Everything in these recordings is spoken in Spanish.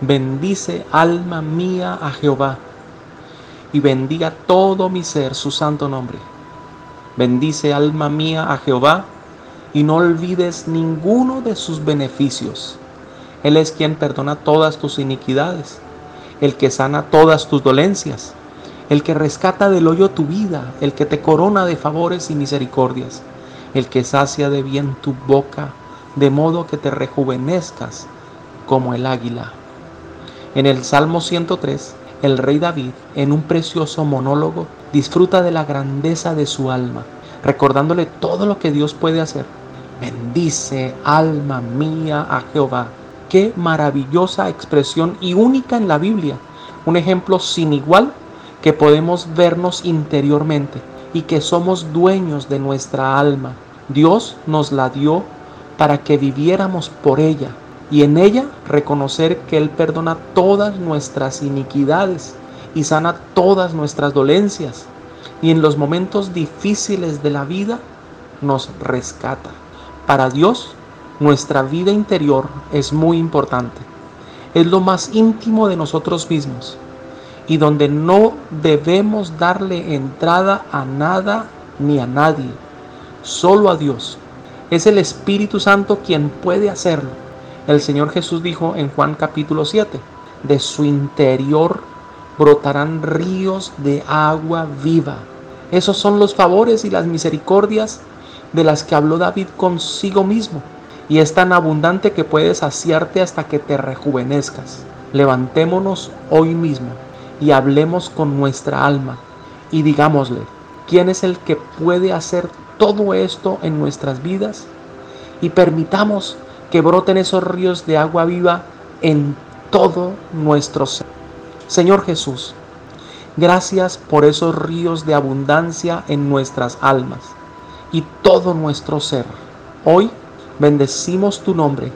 Bendice, alma mía, a Jehová, y bendiga todo mi ser su santo nombre. Bendice, alma mía, a Jehová, y no olvides ninguno de sus beneficios. Él es quien perdona todas tus iniquidades, el que sana todas tus dolencias, el que rescata del hoyo tu vida, el que te corona de favores y misericordias, el que sacia de bien tu boca, de modo que te rejuvenezcas como el águila. En el Salmo 103, el rey David, en un precioso monólogo, disfruta de la grandeza de su alma, recordándole todo lo que Dios puede hacer. Bendice, alma mía, a Jehová. Qué maravillosa expresión y única en la Biblia. Un ejemplo sin igual que podemos vernos interiormente y que somos dueños de nuestra alma. Dios nos la dio para que viviéramos por ella y en ella reconocer que Él perdona todas nuestras iniquidades y sana todas nuestras dolencias. Y en los momentos difíciles de la vida nos rescata. Para Dios, nuestra vida interior es muy importante. Es lo más íntimo de nosotros mismos y donde no debemos darle entrada a nada ni a nadie, solo a Dios. Es el Espíritu Santo quien puede hacerlo. El Señor Jesús dijo en Juan capítulo 7, de su interior brotarán ríos de agua viva. Esos son los favores y las misericordias de las que habló David consigo mismo, y es tan abundante que puede saciarte hasta que te rejuvenezcas. Levantémonos hoy mismo y hablemos con nuestra alma y digámosle, ¿quién es el que puede hacer todo esto en nuestras vidas? Y permitamos que broten esos ríos de agua viva en todo nuestro ser. Señor Jesús, gracias por esos ríos de abundancia en nuestras almas y todo nuestro ser. Hoy bendecimos tu nombre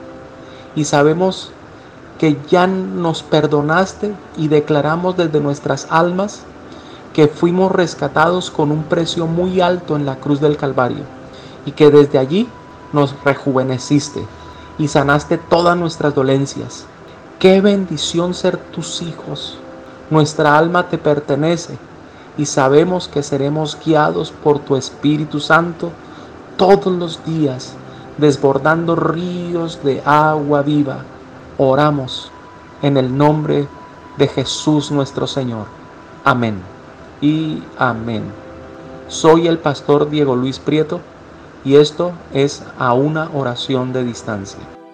y sabemos que ya nos perdonaste y declaramos desde nuestras almas que fuimos rescatados con un precio muy alto en la cruz del Calvario y que desde allí nos rejuveneciste y sanaste todas nuestras dolencias. Qué bendición ser tus hijos. Nuestra alma te pertenece y sabemos que seremos guiados por tu Espíritu Santo todos los días, desbordando ríos de agua viva. Oramos en el nombre de Jesús nuestro Señor. Amén y amén. Soy el pastor Diego Luis Prieto y esto es A una oración de distancia.